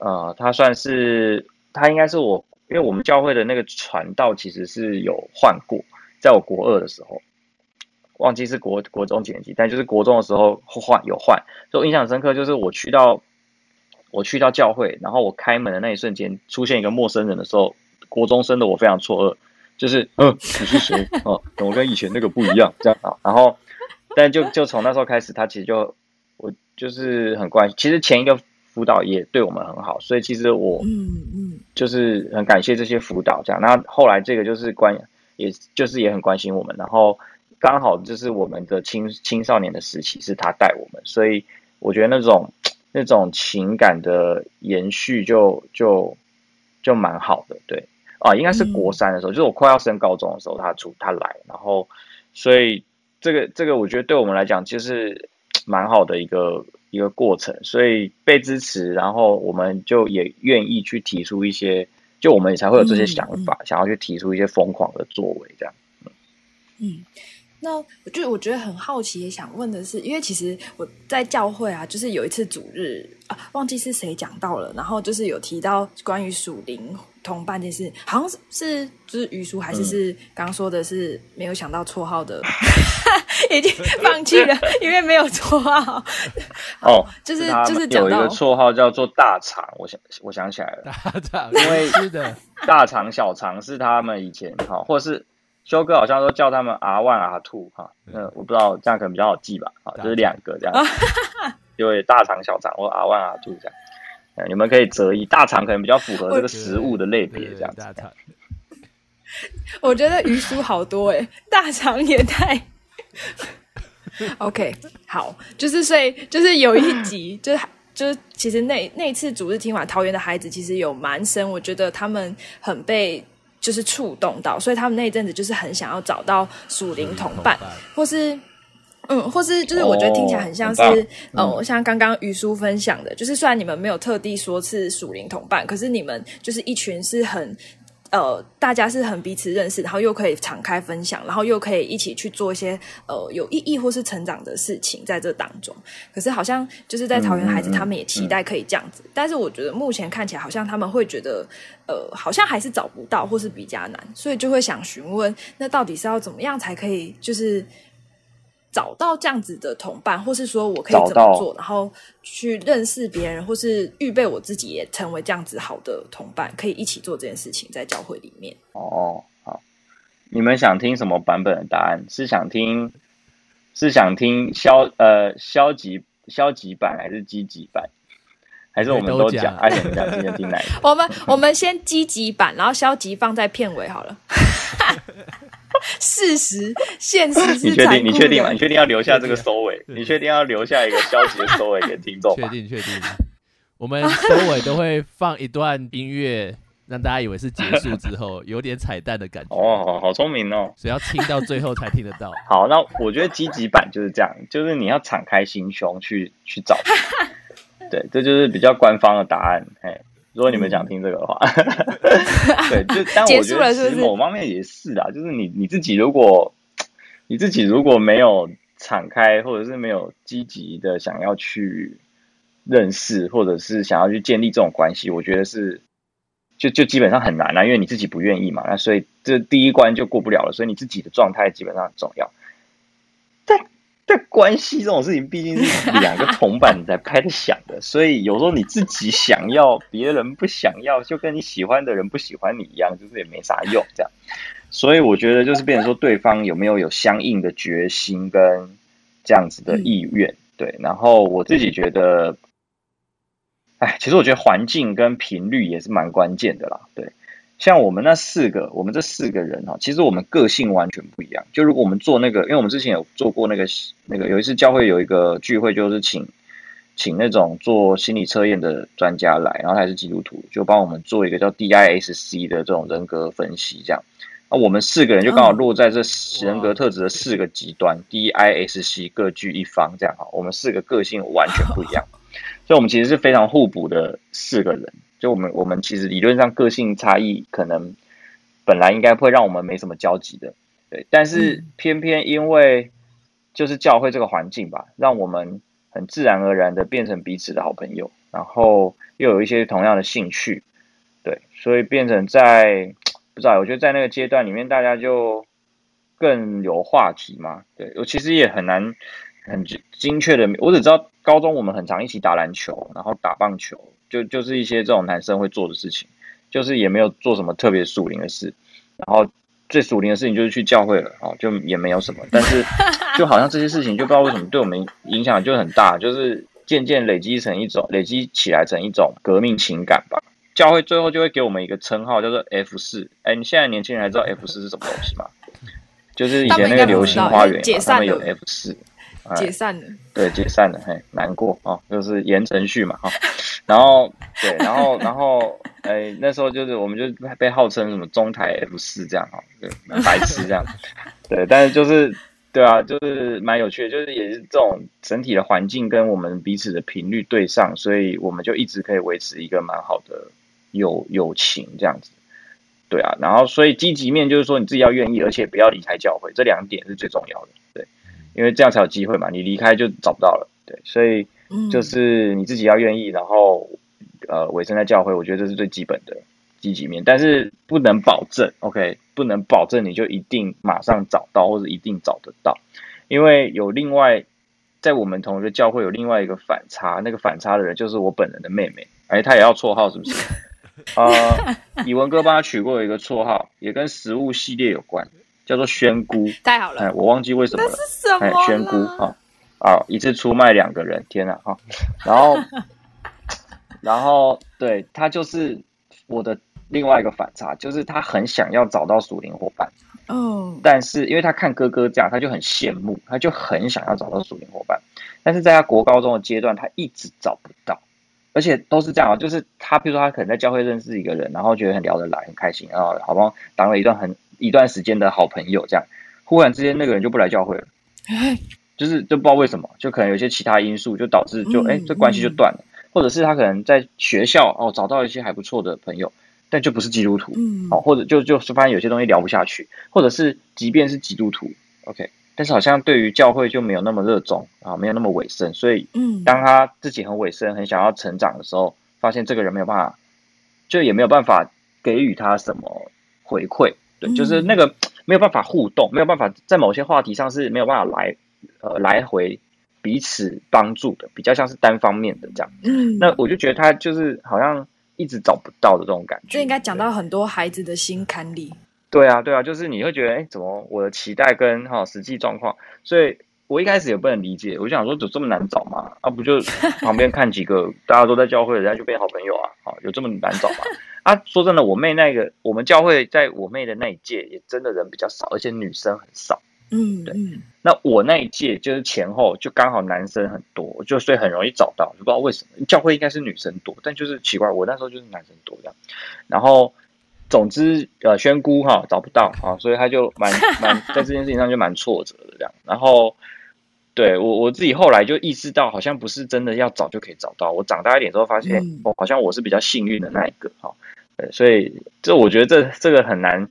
他应该是因为我们教会的那个传道其实是有换过，在我国2的时候。忘记是国中几年级，但就是国中的时候有换，所以我印象很深刻。就是我去到教会，然后我开门的那一瞬间，出现一个陌生人的时候，国中生的我非常错愕，就是你是谁？我跟以前那个不一样，这样然后，但就从那时候开始，他其实我就是很关心。其实前一个辅导也对我们很好，所以其实我就是很感谢这些辅导这样。那后来这个就是也很关心我们，然后。刚好就是我们的青少年的时期是他带我们，所以我觉得那种情感的延续就蛮好的，对应该是国3的时候，就是我快要升高中的时候他来，然后所以这个我觉得对我们来讲就是蛮好的一个过程，所以被支持，然后我们就也愿意去提出一些，就我们也才会有这些想法，想要去提出一些疯狂的作为这样。 那我觉得很好奇，也想问的是，因为其实我在教会就是有一次主日忘记是谁讲到了，然后就是有提到关于属灵同伴这件事，好像是就是于叔还是刚刚说的是没有想到绰号的，已经放弃了，因为没有绰号。就是讲到有一个绰号叫做大肠，我想起来了， 大肠， 因为是的， 大肠小肠是他们以前哈，或者是修哥好像都叫他们 R1、R2 哈，我不知道这样可能比较好记吧，啊，就是2个这样，因为大肠小肠或 R1、R2 这样，你们可以择一，大肠可能比较符合这个食物的类别这样子。 我觉得鱼酥好多大肠也太OK 好，就是所以就是有一集就是其实那一次主日听完桃园的孩子其实有蛮深，我觉得他们很被就是触动到，所以他们那一阵子就是很想要找到属灵同伴，或是就是我觉得听起来很像是像刚刚于叔分享的，就是虽然你们没有特地说是属灵同伴，可是你们就是一群是很大家是很彼此认识，然后又可以敞开分享，然后又可以一起去做一些有意义或是成长的事情在这当中。可是好像就是在桃园孩子他们也期待可以这样子，但是我觉得目前看起来好像他们会觉得好像还是找不到或是比较难，所以就会想询问那到底是要怎么样才可以就是找到这样子的同伴，或是说我可以怎么做，然后去认识别人，或是预备我自己也成为这样子好的同伴，可以一起做这件事情在教会里面。 好，你们想听什么版本的答案？是想听消极版还是积极版？还是我们都讲？而且你讲今天听哪一个？ 我们先积极版，然后消极放在片尾好了。事实现实是残酷的。 你确定吗？你确定要留下这个收尾？你确定要留下一个消极的收尾给听众吗？ 确定。我们收尾都会放一段音乐，让大家以为是结束之后，有点彩蛋的感觉。 好聪明哦！ 所以要听到最后才听得到。 好，那我觉得积极版就是这样，就是你要敞开心胸去找。对，这就是比较官方的答案。如果你们想听这个的话，对，但我觉得其实某方面也是啦，就是你自己如果没有敞开，或者是没有积极的想要去认识，或者是想要去建立这种关系，我觉得是就基本上很难啦，因为你自己不愿意嘛，那所以这第一关就过不了了，所以你自己的状态基本上很重要。但关系这种事情毕竟是2个同伴才拍得响的，所以有时候你自己想要，别人不想要，就跟你喜欢的人不喜欢你一样，就是也没啥用这样。所以我觉得就是变成说对方有没有相应的决心跟这样子的意愿，对。然后我自己觉得，其实我觉得环境跟频率也是蛮关键的啦，对。像我们这4个人其实我们个性完全不一样。就如果我们做那个，因为我们之前有做过那个有一次教会有一个聚会，就是请那种做心理测验的专家来，然后他也是基督徒，就帮我们做一个叫 DISC 的这种人格分析，这样。那我们4个人就刚好落在这人格特质的4个极端，DISC 各据一方，这样我们4个个性完全不一样，所以我们其实是非常互补的4个人。就我们其实理论上个性差异可能本来应该会让我们没什么交集的，对，但是偏偏因为就是教会这个环境吧，让我们很自然而然的变成彼此的好朋友，然后又有一些同样的兴趣，对，所以变成不知道，我觉得在那个阶段里面，大家就更有话题嘛，对，我其实也很难很精确的，我只知道高中我们很常一起打篮球，然后打棒球。就是一些这种男生会做的事情，就是也没有做什么特别属灵的事，然后最属灵的事情就是去教会了，就也没有什么，但是就好像这些事情就不知道为什么对我们影响就很大，就是渐渐累积起来成一种革命情感吧。教会最后就会给我们一个称号叫做 F4，你现在年轻人还知道 F4是什么东西吗？就是以前那个流星花园他们有 F4。 解散了， 对，解散了，难过就是言承旭嘛，然后对，然后那时候就是我们就被号称什么中台 F4这样对，蛮白痴这样，对，但是就是对啊，就是蛮有趣的，就是也是这种整体的环境跟我们彼此的频率对上，所以我们就一直可以维持一个蛮好的友情这样子，对啊，然后所以积极面就是说你自己要愿意，而且不要离开教会，这2点是最重要的，对。因为这样才有机会嘛，你离开就找不到了，对，所以就是你自己要愿意，然后委身在教会，我觉得这是最基本的积极面，但是不能保证 ，OK， 不能保证你就一定马上找到或者一定找得到，因为有另外在我们同一个教会有另外一个反差，那个反差的人就是我本人的妹妹，她也要绰号是不是？ 以文哥帮他取过一个绰号，也跟食物系列有关，叫做宣菇。 太好了， 我忘记为什么了。 那是什么？ 宣菇一次出卖2个人，天哪然后对，他就是我的另外一个反差，就是他很想要找到属灵伙伴。但是因为他看哥哥这样，他就很羡慕，他就很想要找到属灵伙伴。但是在他国高中的阶段，他一直找不到，而且都是这样，就是他比如说他可能在教会认识一个人，然后觉得很聊得来，很开心，然后好像当了一段时间的好朋友，这样忽然之间那个人就不来教会了，就不知道为什么，就可能有一些其他因素就导致这关系就断了，或者是他可能在学校找到一些还不错的朋友。但就不是基督徒，或者就发现有些东西聊不下去，或者是即便是基督徒 ，OK， 但是好像对于教会就没有那么热衷没有那么委身，所以当他自己很委身，很想要成长的时候，发现这个人没有办法，就也没有办法给予他什么回馈，对，就是那个没有办法互动，没有办法在某些话题上是没有办法来回彼此帮助的，比较像是单方面的这样。那我就觉得他就是好像一直找不到的这种感觉， 这应该讲到很多孩子的心坎里。 对啊，就是你会觉得，怎么我的期待跟实际状况，所以我一开始也不能理解，我就想说，有这么难找吗？不就旁边看几个大家都在教会，人家就变好朋友有这么难找吗？说真的，我们教会在我妹的那一届也真的人比较少，而且女生很少。对。那我那一届就是前后就刚好男生很多，所以很容易找到，就不知道为什么教会应该是女生多，但就是奇怪，我那时候就是男生多这样。然后总之宣姑找不到所以他就蛮在这件事情上就蛮挫折的这样。然后对我自己后来就意识到，好像不是真的要找就可以找到。我长大一点之后发现，好像我是比较幸运的那一个对，所以我觉得这个很难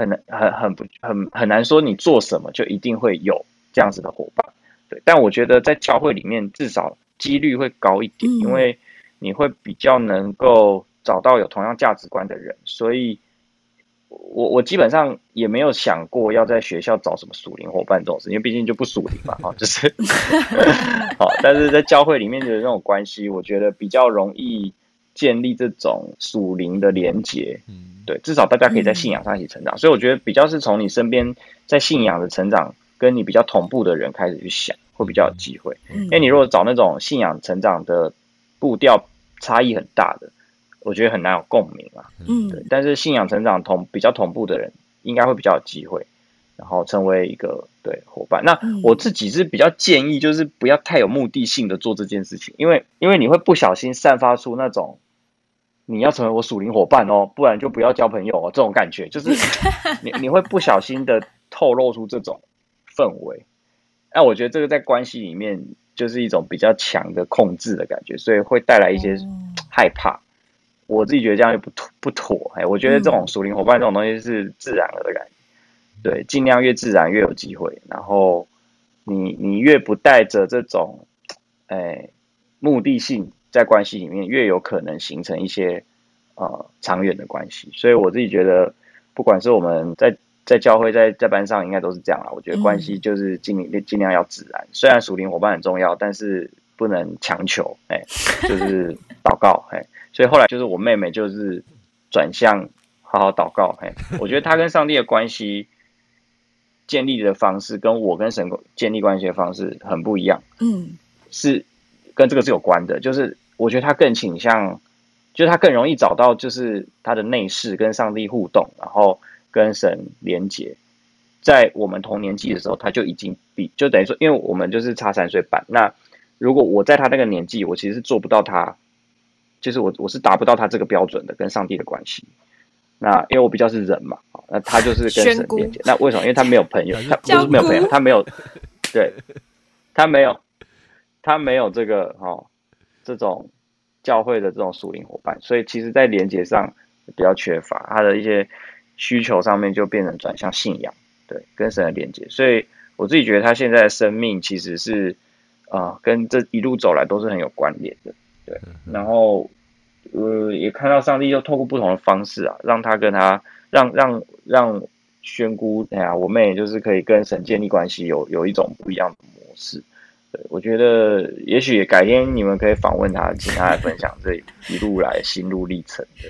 说你做什么就一定会有这样子的伙伴。对，但我觉得在教会里面至少几率会高一点，因为你会比较能够找到有同样价值观的人，所以我基本上也没有想过要在学校找什么属灵伙伴这种事，因为毕竟就不属灵嘛就是但是在教会里面的那种关系，我觉得比较容易建立这种属灵的连结。对，至少大家可以在信仰上一起成长，所以我觉得比较是从你身边在信仰的成长跟你比较同步的人开始去想，会比较有机会。因为你如果找那种信仰成长的步调差异很大的，我觉得很难有共鸣对，但是信仰成长比较同步的人，应该会比较有机会，然后成为一个对伙伴。那我自己是比较建议，就是不要太有目的性的做这件事情，因为你会不小心散发出那种你要成为我属灵伙伴不然就不要交朋友这种感觉，就是你会不小心的透露出这种氛围。那我觉得这个在关系里面就是一种比较强的控制的感觉，所以会带来一些害怕。我自己觉得这样就不妥。我觉得这种属灵伙伴这种东西是自然而然，对，尽量越自然越有机会。然后你越不带着这种目的性在关系里面，越有可能形成一些长远的关系。所以我自己觉得，不管是我们在教会在班上，应该都是这样啦。我觉得关系就是尽量要自然。虽然属灵伙伴很重要，但是不能强求。就是祷告。所以后来就是我妹妹就是转向好好祷告。我觉得她跟上帝的关系建立的方式，跟我跟神建立关系的方式很不一样。是跟这个是有关的，就是我觉得她更倾向，就是她更容易找到就是她的内室跟上帝互动，然后跟神连结。在我们同年纪的时候，她就已经就等于说，因为我们就是差3岁半，那如果我在她那个年纪，我其实是做不到她，就是我是达不到她这个标准的跟上帝的关系。那因为我比较是人嘛，那她就是跟神连接。那为什么？因为她没有朋友，她不是没有朋友，她没有，对，她没有这个这种教会的这种属灵伙伴，所以其实在连结上比较缺乏，她的一些需求上面就变成转向信仰，对，跟神的连结。所以我自己觉得她现在的生命其实是跟这一路走来都是很有关联的，对。然后也看到上帝就透过不同的方式让他跟他让宣姑我妹就是可以跟神建立关系，有一种不一样的模式。对，我觉得也许改天你们可以访问他，请他来分享这一路来心路历程。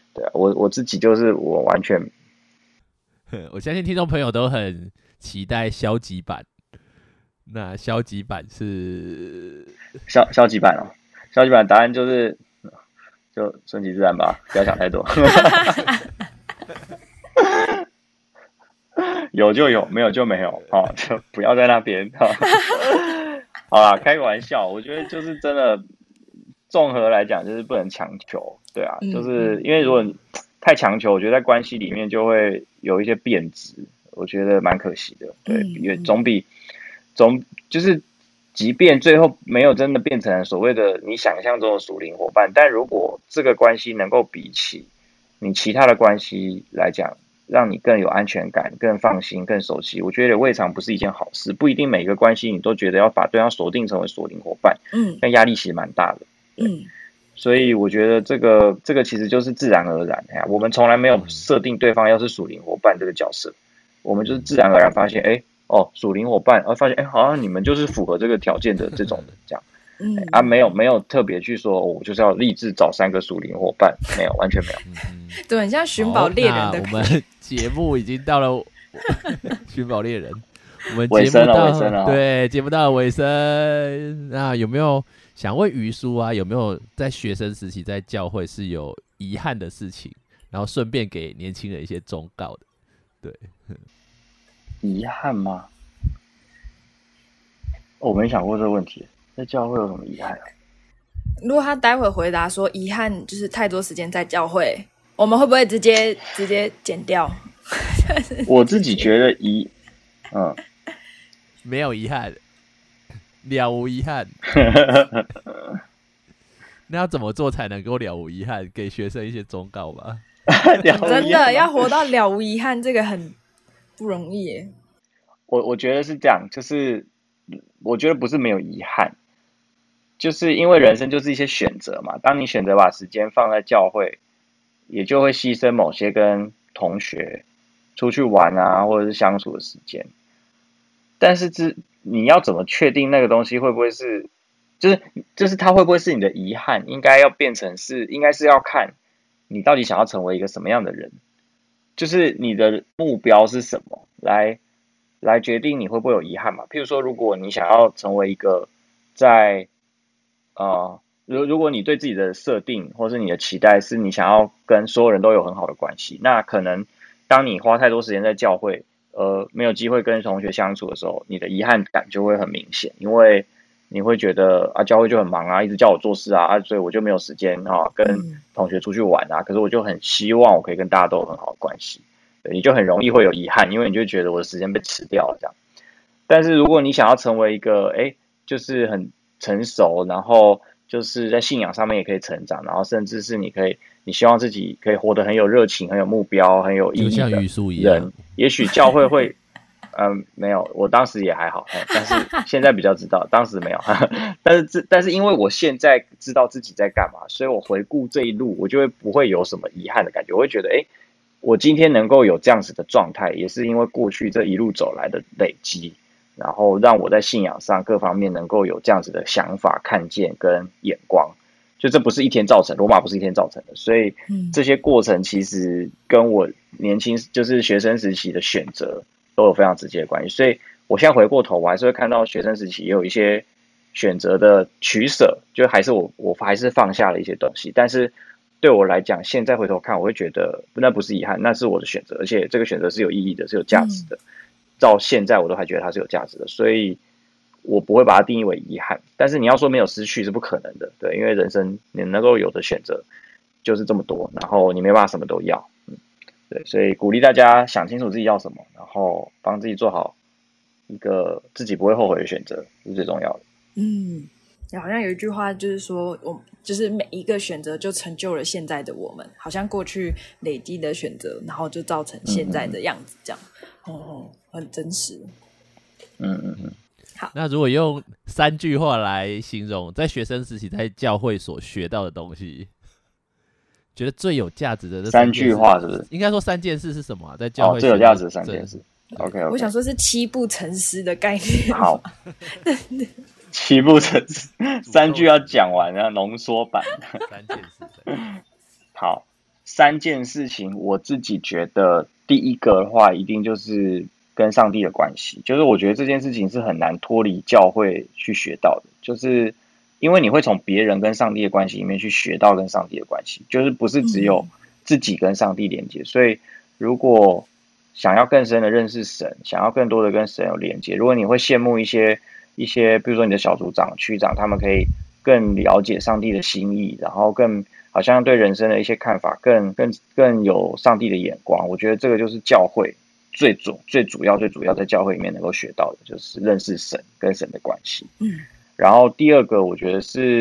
对啊，我自己就是我完全， 我相信听众朋友都很期待消极版。那消极版是消极版哦，消极版答案就是就顺其自然吧，不要想太多。有就有，没有就没有，好，就不要在那边。好啦，开个玩笑，我觉得就是真的，综合来讲就是不能强求，对啊，就是因为如果太强求，我觉得在关系里面就会有一些变质，我觉得蛮可惜的，对，因为总就是，即便最后没有真的变成所谓的你想象中的属灵伙伴，但如果这个关系能够比起你其他的关系来讲，让你更有安全感、更放心、更熟悉，我觉得未尝不是一件好事。不一定每个关系你都觉得要把对方锁定成为属灵伙伴，但压力其实蛮大的，所以我觉得这个其实就是自然而然，我们从来没有设定对方要是属灵伙伴这个角色，我们就是自然而然发现，属灵伙伴，发现好像你们就是符合这个条件的这种的这样，没有特别去说，我就是要立志找3个属灵伙伴，没有，完全没有。 对，很像寻宝猎人的。 我们节目已经到了寻宝猎人，我们尾声了， 对，节目到了尾声。那有没有想问于叔啊？有没有在学生时期在教会是有遗憾的事情，然后顺便给年轻人一些忠告的？对。 遗憾吗？我没想过这个问题，在教会有什么遗憾啊？ 如果他待会回答说遗憾就是太多时间在教会，我们会不会直接剪掉？ 我自己觉得没有遗憾，了无遗憾。那要怎么做才能够了无遗憾？给学生一些忠告吧。 真的要活到了无遗憾，这个很不容易耶。 我觉得是这样，就是我觉得不是没有遗憾，就是因为人生就是一些选择嘛。当你选择把时间放在教会，也就会牺牲某些跟同学出去玩啊，或者是相处的时间。但是你要怎么确定那个东西会不会是，就是它会不会是你的遗憾？应该是要看你到底想要成为一个什么样的人，就是你的目标是什么，来决定你会不会有遗憾嘛？譬如说，如果你想要成为一个如果你对自己的设定或是你的期待是你想要跟所有人都有很好的关系，那可能当你花太多时间在教会，没有机会跟同学相处的时候，你的遗憾感就会很明显，因为你会觉得教会就很忙啊，一直叫我做事啊，所以我就没有时间跟同学出去玩啊。可是我就很希望我可以跟大家都有很好的关系。你就很容易会有遗憾，因为你就觉得我的时间被吃掉了这样。但是如果你想要成为一个就是很成熟，然后就是在信仰上面也可以成长，然后甚至是你希望自己可以活得很有热情、很有目标、很有意义的人，也许教会会没有，我当时也还好，但是现在比较知道，当时没有。但是因为我现在知道自己在干嘛，所以我回顾这一路，我就不会有什么遗憾的感觉，我会觉得我今天能够有这样子的状态，也是因为过去这一路走来的累积，然后让我在信仰上各方面能够有这样子的想法、看见跟眼光。就这不是一天造成，罗马不是一天造成的，所以这些过程其实跟我年轻就是学生时期的选择都有非常直接的关系。所以我现在回过头，我还是会看到学生时期也有一些选择的取舍，就还是我还是放下了一些东西，但是对我来讲，现在回头看，我会觉得那不是遗憾，那是我的选择，而且这个选择是有意义的，是有价值的。到现在我都还觉得它是有价值的，所以我不会把它定义为遗憾。但是你要说没有失去是不可能的，对，因为人生你能够有的选择就是这么多，然后你没办法什么都要，对，所以鼓励大家想清楚自己要什么，然后帮自己做好一个自己不会后悔的选择，是最重要的。 好像有一句话就是说，就是每一个选择就成就了现在的我们，好像过去累积的选择，然后就造成现在的样子，这样，很真实。好， 那如果用3句话来形容在学生时期在教会所学到的东西，觉得最有价值的这 3句话是不是？ 应该说3件事是什么在教会最有价值的3件事。OK， 我想说是7步成诗的概念。 好。7步成诗，3句要讲完啊，浓缩版。 3件事。 好 3件事情，我自己觉得第一个的话，一定就是跟上帝的关系。就是我觉得这件事情是很难脱离教会去学到的，就是因为你会从别人跟上帝的关系里面去学到跟上帝的关系，就是不是只有自己跟上帝连接。所以如果想要更深的认识神，想要更多的跟神有连接，如果你会羡慕一些，比如说你的小组长、区长，他们可以更了解上帝的心意，然后更好像对人生的一些看法更有上帝的眼光。我觉得这个就是教会最主要在教会里面能够学到的，就是认识神跟神的关系。然后第二个我觉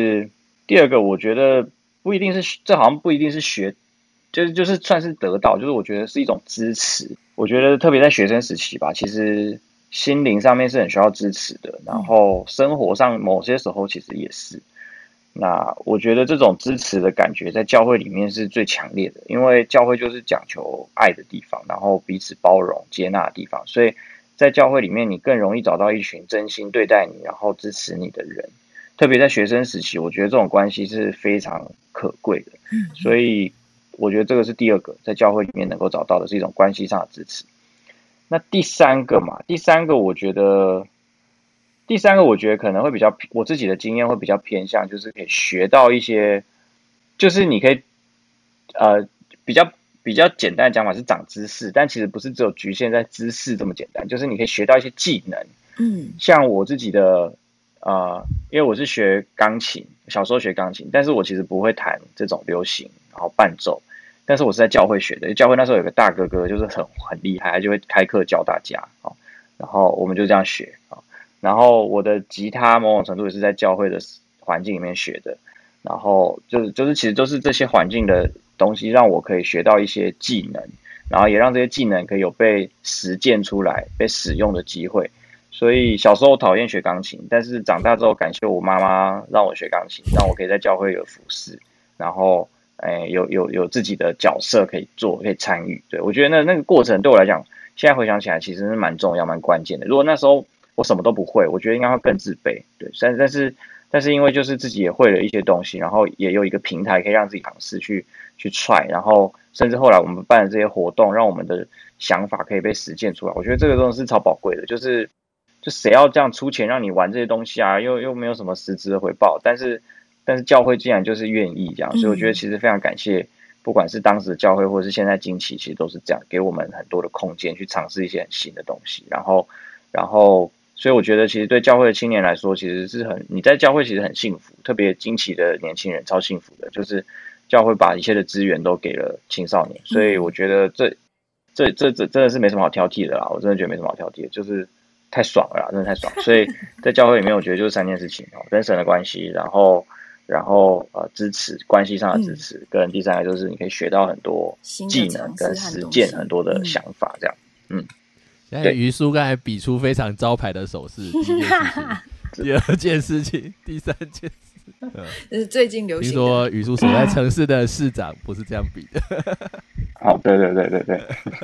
得不一定是，这好像不一定是学，就是算是得到，就是我觉得是一种支持。我觉得特别在学生时期吧，其实心灵上面是很需要支持的，然后生活上某些时候其实也是。那我觉得这种支持的感觉在教会里面是最强烈的，因为教会就是讲求爱的地方，然后彼此包容接纳的地方，所以在教会里面你更容易找到一群真心对待你然后支持你的人。特别在学生时期，我觉得这种关系是非常可贵的，所以我觉得这个是第二个在教会里面能够找到的，是一种关系上的支持。那第三个我觉得可能会比较，我自己的经验会比较偏向，就是可以学到一些，就是你可以比较简单的讲法是长知识，但其实不是只有局限在知识这么简单，就是你可以学到一些技能。像我自己的因为我是学钢琴，小时候学钢琴，但是我其实不会弹这种流行然后伴奏，但是我是在教会学的。教会那时候有个大哥哥就是很厉害，他就会开课教大家然后我们就这样学然后我的吉他某种程度也是在教会的环境里面学的，然后就是其实都是这些环境的东西让我可以学到一些技能，然后也让这些技能可以有被实践出来、被使用的机会。所以小时候讨厌学钢琴，但是长大之后感谢我妈妈让我学钢琴，让我可以在教会有服侍，然后有自己的角色可以做，可以参与。对，我觉得那个过程对我来讲，现在回想起来其实是蛮重要、蛮关键的。如果那时候我什么都不会，我觉得应该会更自卑。对，但是因为就是自己也会了一些东西，然后也有一个平台可以让自己尝试去try，然后甚至后来我们办的这些活动，让我们的想法可以被实践出来。我觉得这个东西是超宝贵的，就谁要这样出钱让你玩这些东西啊？又没有什么实质的回报，但是教会竟然就是愿意这样，所以我觉得其实非常感谢，不管是当时的教会或者是现在惊奇，其实都是这样，给我们很多的空间去尝试一些很新的东西。然后，所以我觉得其实对教会的青年来说，其实是你在教会其实很幸福，特别惊奇的年轻人超幸福的，就是教会把一切的资源都给了青少年，所以我觉得这真的是没什么好挑剔的啦，我真的觉得没什么好挑剔的，就是太爽了啦，真的太爽。所以在教会里面，我觉得就是3件事情跟神的关系，然后支持关系上的支持，跟第3个就是你可以学到很多技能跟实践很多的想法，这样。 现在于叔刚才比出非常招牌的手势，第一件事情，第2件事情，第3件事。 这是最近流行的。 听说于叔所在城市的市长不是这样比的。 对。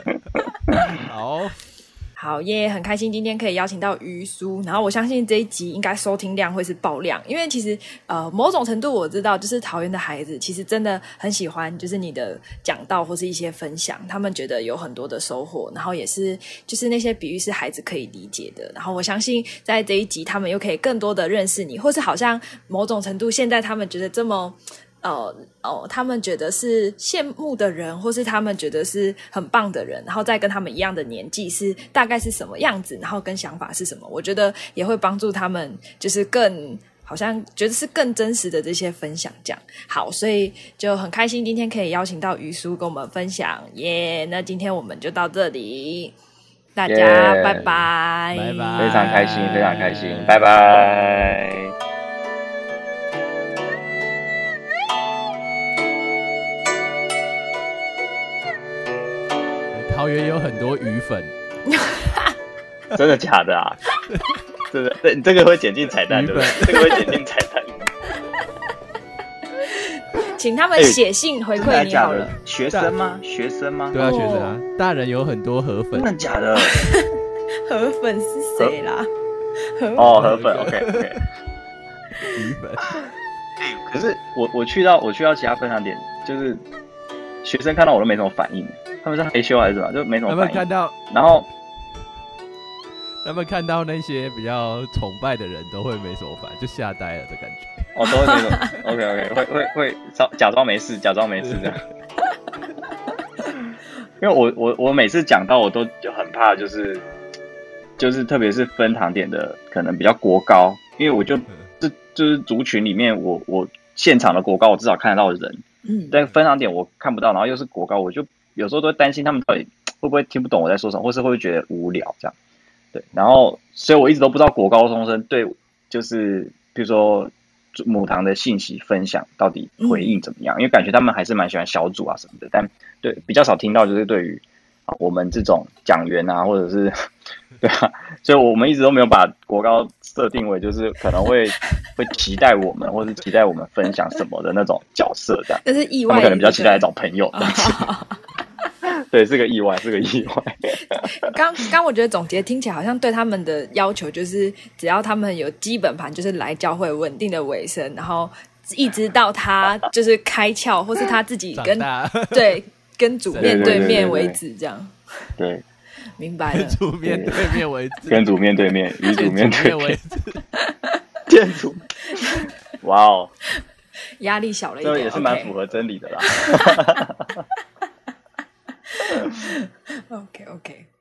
好耶，很开心今天可以邀请到于叔，然后我相信这一集应该收听量会是爆量，因为其实某种程度我知道，就是桃园的孩子其实真的很喜欢，就是你的讲道或是一些分享，他们觉得有很多的收获，然后也是就是那些比喻是孩子可以理解的，然后我相信在这一集他们又可以更多的认识你，或是好像某种程度现在他们觉得这么他们觉得是羡慕的人，或是他们觉得是很棒的人，然后再跟他们一样的年纪是大概是什么样子，然后跟想法是什么，我觉得也会帮助他们就是更好像觉得是更真实的这些分享这样。好，所以就很开心今天可以邀请到于叔跟我们分享耶。那今天我们就到这里，大家拜拜， 拜拜， 非常开心，拜拜。 桃园有很多鱼粉。 真的假的啊？真的，这个会剪进彩蛋，对不对？这个会剪进彩蛋。 请他们写信回馈你好了。 学生吗？ 对啊，学生啊，大人有很多河粉。 真的假的？ 河粉是谁啦？ 河粉 ，OK。 鱼粉。 可是我去到其他分享点，就是学生看到我都没什么反应，他们是害羞还是什么，就没什么反应。 他们看到， 然后他们看到那些比较崇拜的人都会没什么反应，就吓呆了的感觉。 哦，都会那种OK， 会假装没事，假装没事这样。因为我每次讲到我都就很怕，就是特别是分堂点的，可能比较国高，因为我就是族群里面我现场的国高我至少看得到人，但分堂点我看不到，然后又是国高，我就有时候都会担心他们到底会不会听不懂我在说什么，或是会不会觉得无聊这样。对，然后所以我一直都不知道国高中生对就是比如说母堂的信息分享到底回应怎么样，因为感觉他们还是蛮喜欢小组啊什么的，但对比较少听到就是对于我们这种讲员啊，或者是对啊，所以我们一直都没有把国高设定为就是可能会期待我们，或是期待我们分享什么的那种角色这样。 但是意外， 他们可能比较期待来找朋友。对，是个意外，是个意外。 刚我觉得总结听起来好像对他们的要求就是，只要他们有基本盘，就是来教会稳定的尾声，然后一直到他就是开窍，或是他自己跟主面对面为止，这样。 对， 明白了。 跟主面对面为止。 跟主面对面，与主面对面为止。 建筑。哇哦， 压力小了一点， 这也是蛮符合真理的啦。 OK。